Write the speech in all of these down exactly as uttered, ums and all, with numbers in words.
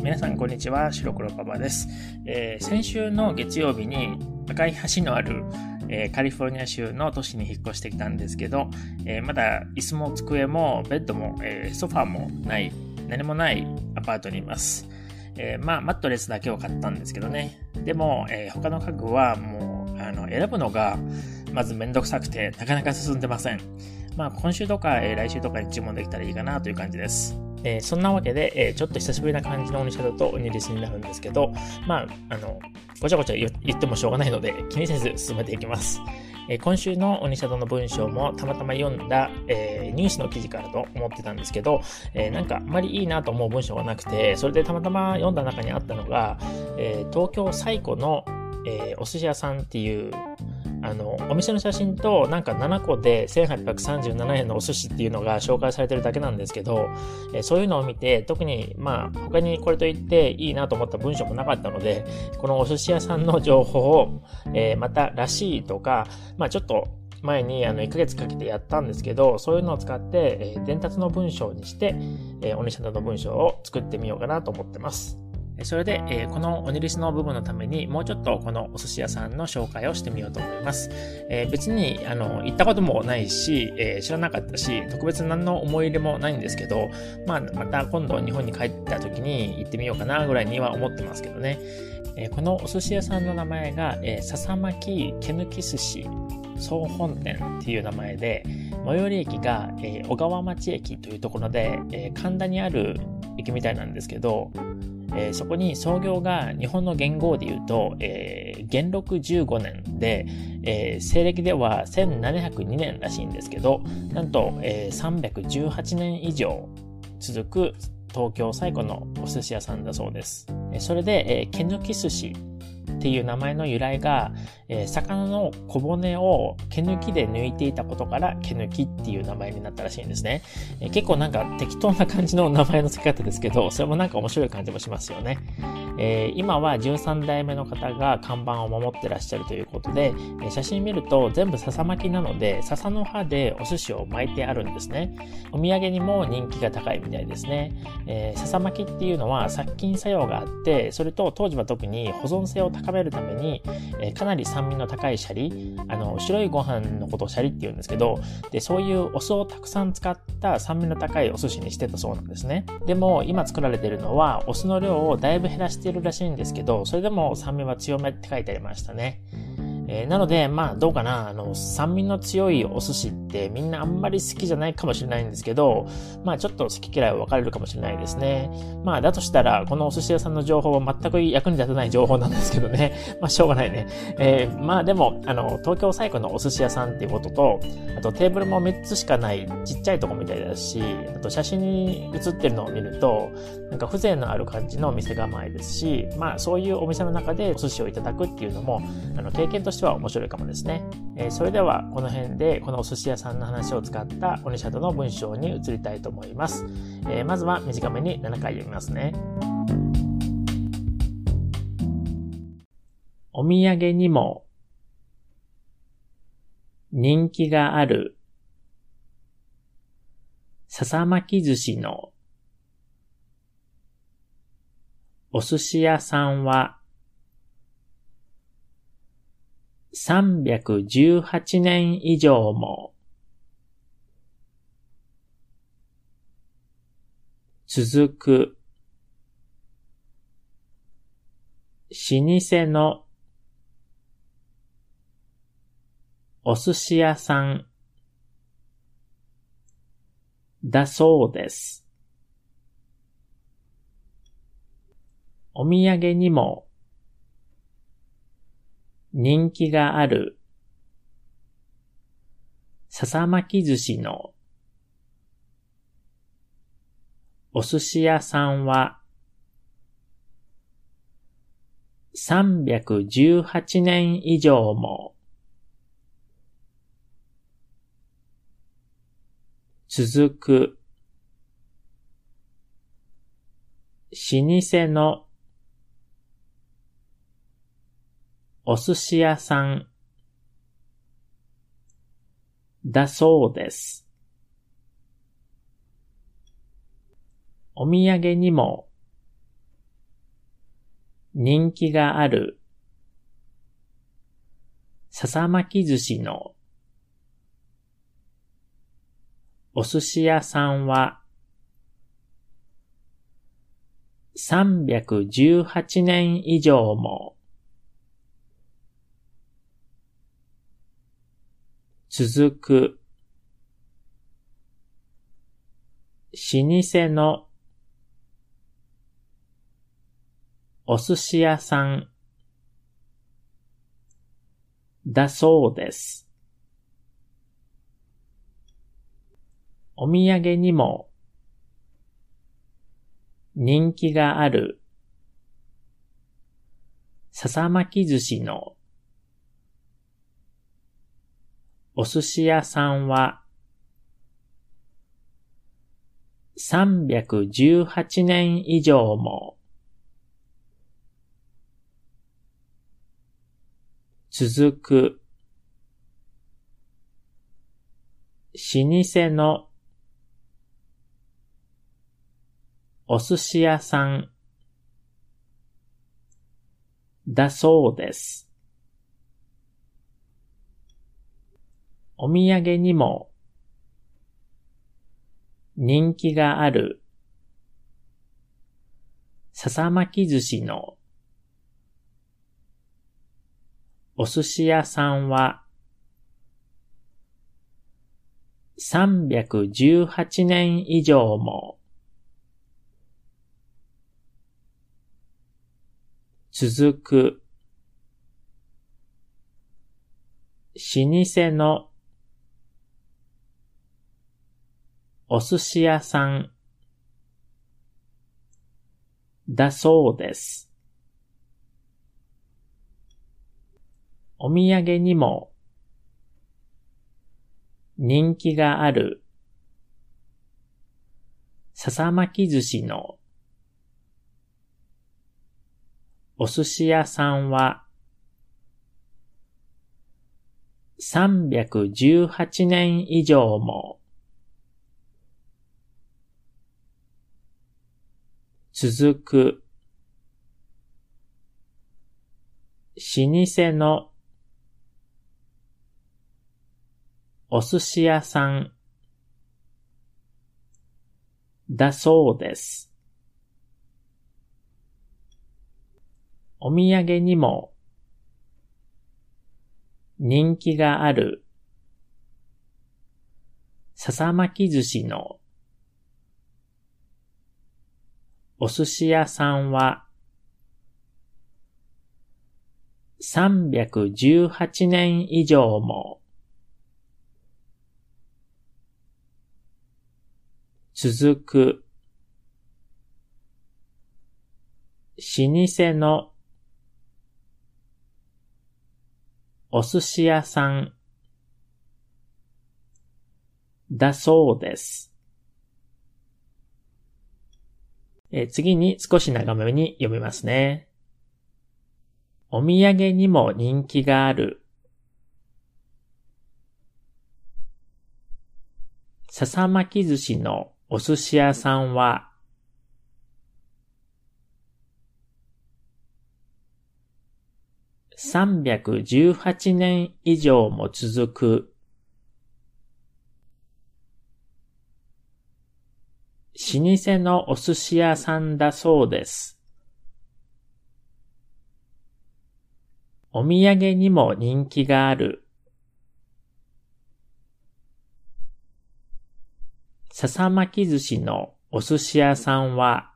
皆さんこんにちは、白黒パパです。えー、先週の月曜日に赤い橋のある、えー、カリフォルニア州の都市に引っ越してきたんですけど、えー、まだ椅子も机もベッドも、えー、ソファーもない何もないアパートにいます。えー、まあマットレスだけを買ったんですけどね。でも、えー、他の家具はもうあの選ぶのがまずめんどくさくてなかなか進んでません。まあ今週とか、えー、来週とかに注文できたらいいかなという感じです。えー、そんなわけで、えー、ちょっと久しぶりな感じのオニシャドとオニリスになるんですけど、まあ、あの、ごちゃごちゃ言ってもしょうがないので気にせず進めていきます。えー、今週のオニシャドの文章もたまたま読んだ、えー、ニュースの記事からと思ってたんですけど、えー、なんかあんまりいいなと思う文章がなくて、それでたまたま読んだ中にあったのが、えー、東京最古の、えー、お寿司屋さんっていうあの、お店の写真となんかななこでせんはっぴゃくさんじゅうななえんのお寿司っていうのが紹介されてるだけなんですけど、えー、そういうのを見て特にまあ他にこれといっていいなと思った文章もなかったので、このお寿司屋さんの情報を、えー、またらしいとか、まあちょっと前にあのいっかげつかけてやったんですけど、そういうのを使って、えー、伝達の文章にして、えー、オニシャドの文章を作ってみようかなと思ってます。それで、えー、このオニリスの部分のためにもうちょっとこのお寿司屋さんの紹介をしてみようと思います。えー、別にあの行ったこともないし、えー、知らなかったし、特別何の思い入れもないんですけど、まあまた今度日本に帰った時に行ってみようかなぐらいには思ってますけどね。えー、このお寿司屋さんの名前が、えー、笹巻毛抜寿司総本店っていう名前で、最寄り駅が、えー、小川町駅というところで、えー、神田にある駅みたいなんですけど、えー、そこに創業が日本の元号で言うと、えー、元禄じゅうごねんで、えー、西暦ではせんななひゃくにねんらしいんですけど、なんと、えー、さんびゃくじゅうはちねん以上続く東京最古のお寿司屋さんだそうです。それで、えー、毛抜き寿司っていう名前の由来が、えー、魚の小骨を毛抜きで抜いていたことから毛抜きっていう名前になったらしいんですね。えー、結構なんか適当な感じの名前の付け方ですけど、それもなんか面白い感じもしますよね。えー、今はじゅうさんだいめの方が看板を守ってらっしゃるということで、えー、写真見ると全部笹巻きなので、笹の葉でお寿司を巻いてあるんですね。お土産にも人気が高いみたいですね。えー、笹巻きっていうのは殺菌作用があって、それと当時は特に保存性を高めるために、えー、かなり酸味の高いシャリ、あの白いご飯のことをシャリって言うんですけど、でそういうお酢をたくさん使った酸味の高いお寿司にしてたそうなんですね。でも今作られているのはお酢の量をだいぶ減らしているらしいんですけど、それでも酸味は強めって書いてありましたね。えー、なので、まあどうかな、あの酸味の強いお寿司ってみんなあんまり好きじゃないかもしれないんですけど、まあちょっと好き嫌いは分かれるかもしれないですね。まあだとしたらこのお寿司屋さんの情報は全く役に立たない情報なんですけどね。まあしょうがないね。えー、まあでもあの東京最古のお寿司屋さんっていうことと、あとテーブルもみっつしかないちっちゃいとこみたいだし、あと写真に写ってるのを見るとなんか風情のある感じの店構えですし、まあそういうお店の中でお寿司をいただくっていうのもあの経験としては面白いかもですね。えー、それではこの辺でこのお寿司屋さんの話を使ったオニシャドの文章に移りたいと思います。えー、まずは短めにななかい読みますね。お土産にも人気がある笹巻寿司のお寿司屋さんはさんびゃくじゅうはちねん以上も続く老舗のお寿司屋さんだそうです。お土産にも人気がある笹巻寿司のお寿司屋さんはさんびゃくじゅうはちねん以上も続く老舗のお寿司屋さんだそうです。お土産にも人気がある笹巻寿司のお寿司屋さんはさんびゃくじゅうはちねん以上も続く老舗のお寿司屋さんだそうです。お土産にも人気がある笹巻寿司のお寿司屋さんはさんびゃくじゅうはちねん以上も続く老舗のお寿司屋さんだそうです。お土産にも人気がある笹巻寿司のお寿司屋さんはさんびゃくじゅうはちねん以上も続く老舗のお寿司屋さんだそうです。お土産にも人気がある笹巻寿司のお寿司屋さんはさんびゃくじゅうはちねん以上も続く老舗のお寿司屋さんだそうです。お土産にも人気がある笹巻寿司のお寿司屋さんはさんびゃくじゅうはちねん以上も続く老舗のお寿司屋さんだそうです。えー、次に少し長めに読みますね。お土産にも人気がある笹巻寿司のお寿司屋さんはさんびゃくじゅうはちねん以上も続く老舗のお寿司屋さんだそうです。お土産にも人気がある笹巻寿司のお寿司屋さんは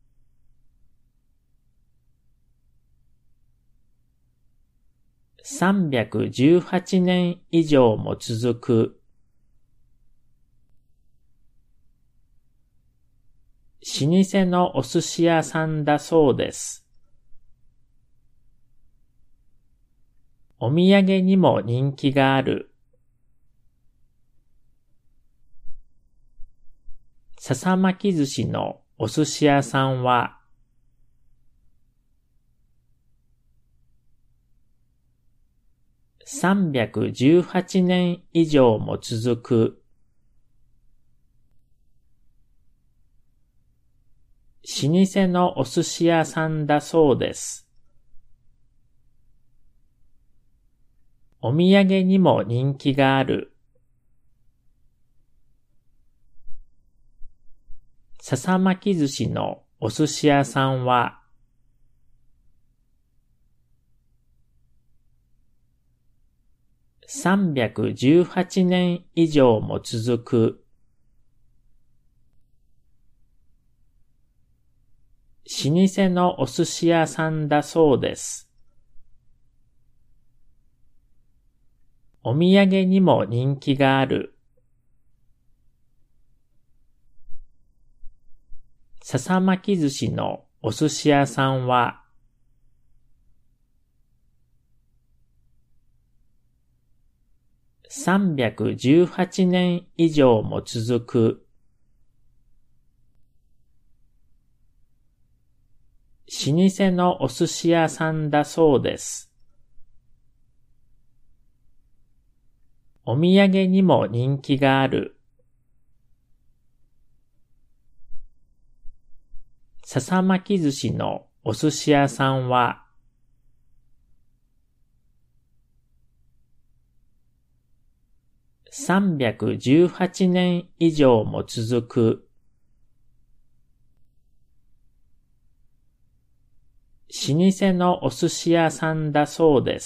さんびゃくじゅうはちねん以上も続く老舗のお寿司屋さんだそうです。お土産にも人気がある笹巻寿司のお寿司屋さんはさんびゃくじゅうはちねん以上も続く老舗のお寿司屋さんだそうです。 お土産にも人気がある。笹巻寿司のお寿司屋さんは、さんびゃくじゅうはちねん以上も続く老舗のお寿司屋さんだそうです。お土産にも人気がある。笹巻寿司のお寿司屋さんは、さんびゃくじゅうはちねん以上も続く老舗のお寿司屋さんだそうです。お土産にも人気がある。笹巻寿司のお寿司屋さんは、さんびゃくじゅうはちねん以上も続く老舗のお寿司屋さんだそうです。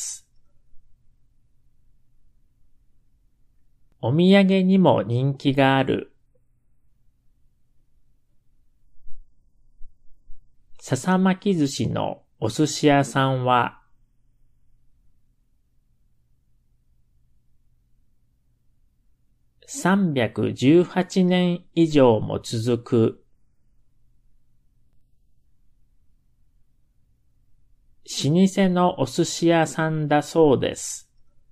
お土産にも人気がある。笹巻寿司のお寿司屋さんは、さんびゃくじゅうはちねん以上も続く老舗のお寿司屋さんだそうです。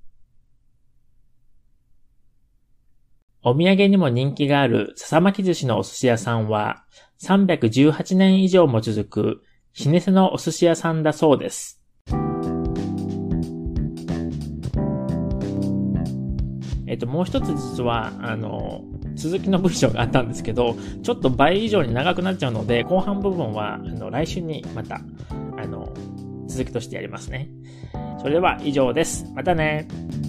お土産にも人気がある笹巻寿司のお寿司屋さんはさんびゃくじゅうはちねん以上も続く老舗のお寿司屋さんだそうです。えっと、もう一つ実は、あの、続きの文章があったんですけど、ちょっと倍以上に長くなっちゃうので、後半部分は、あの、来週にまた、あの、続きとしてやりますね。それでは以上です。またね。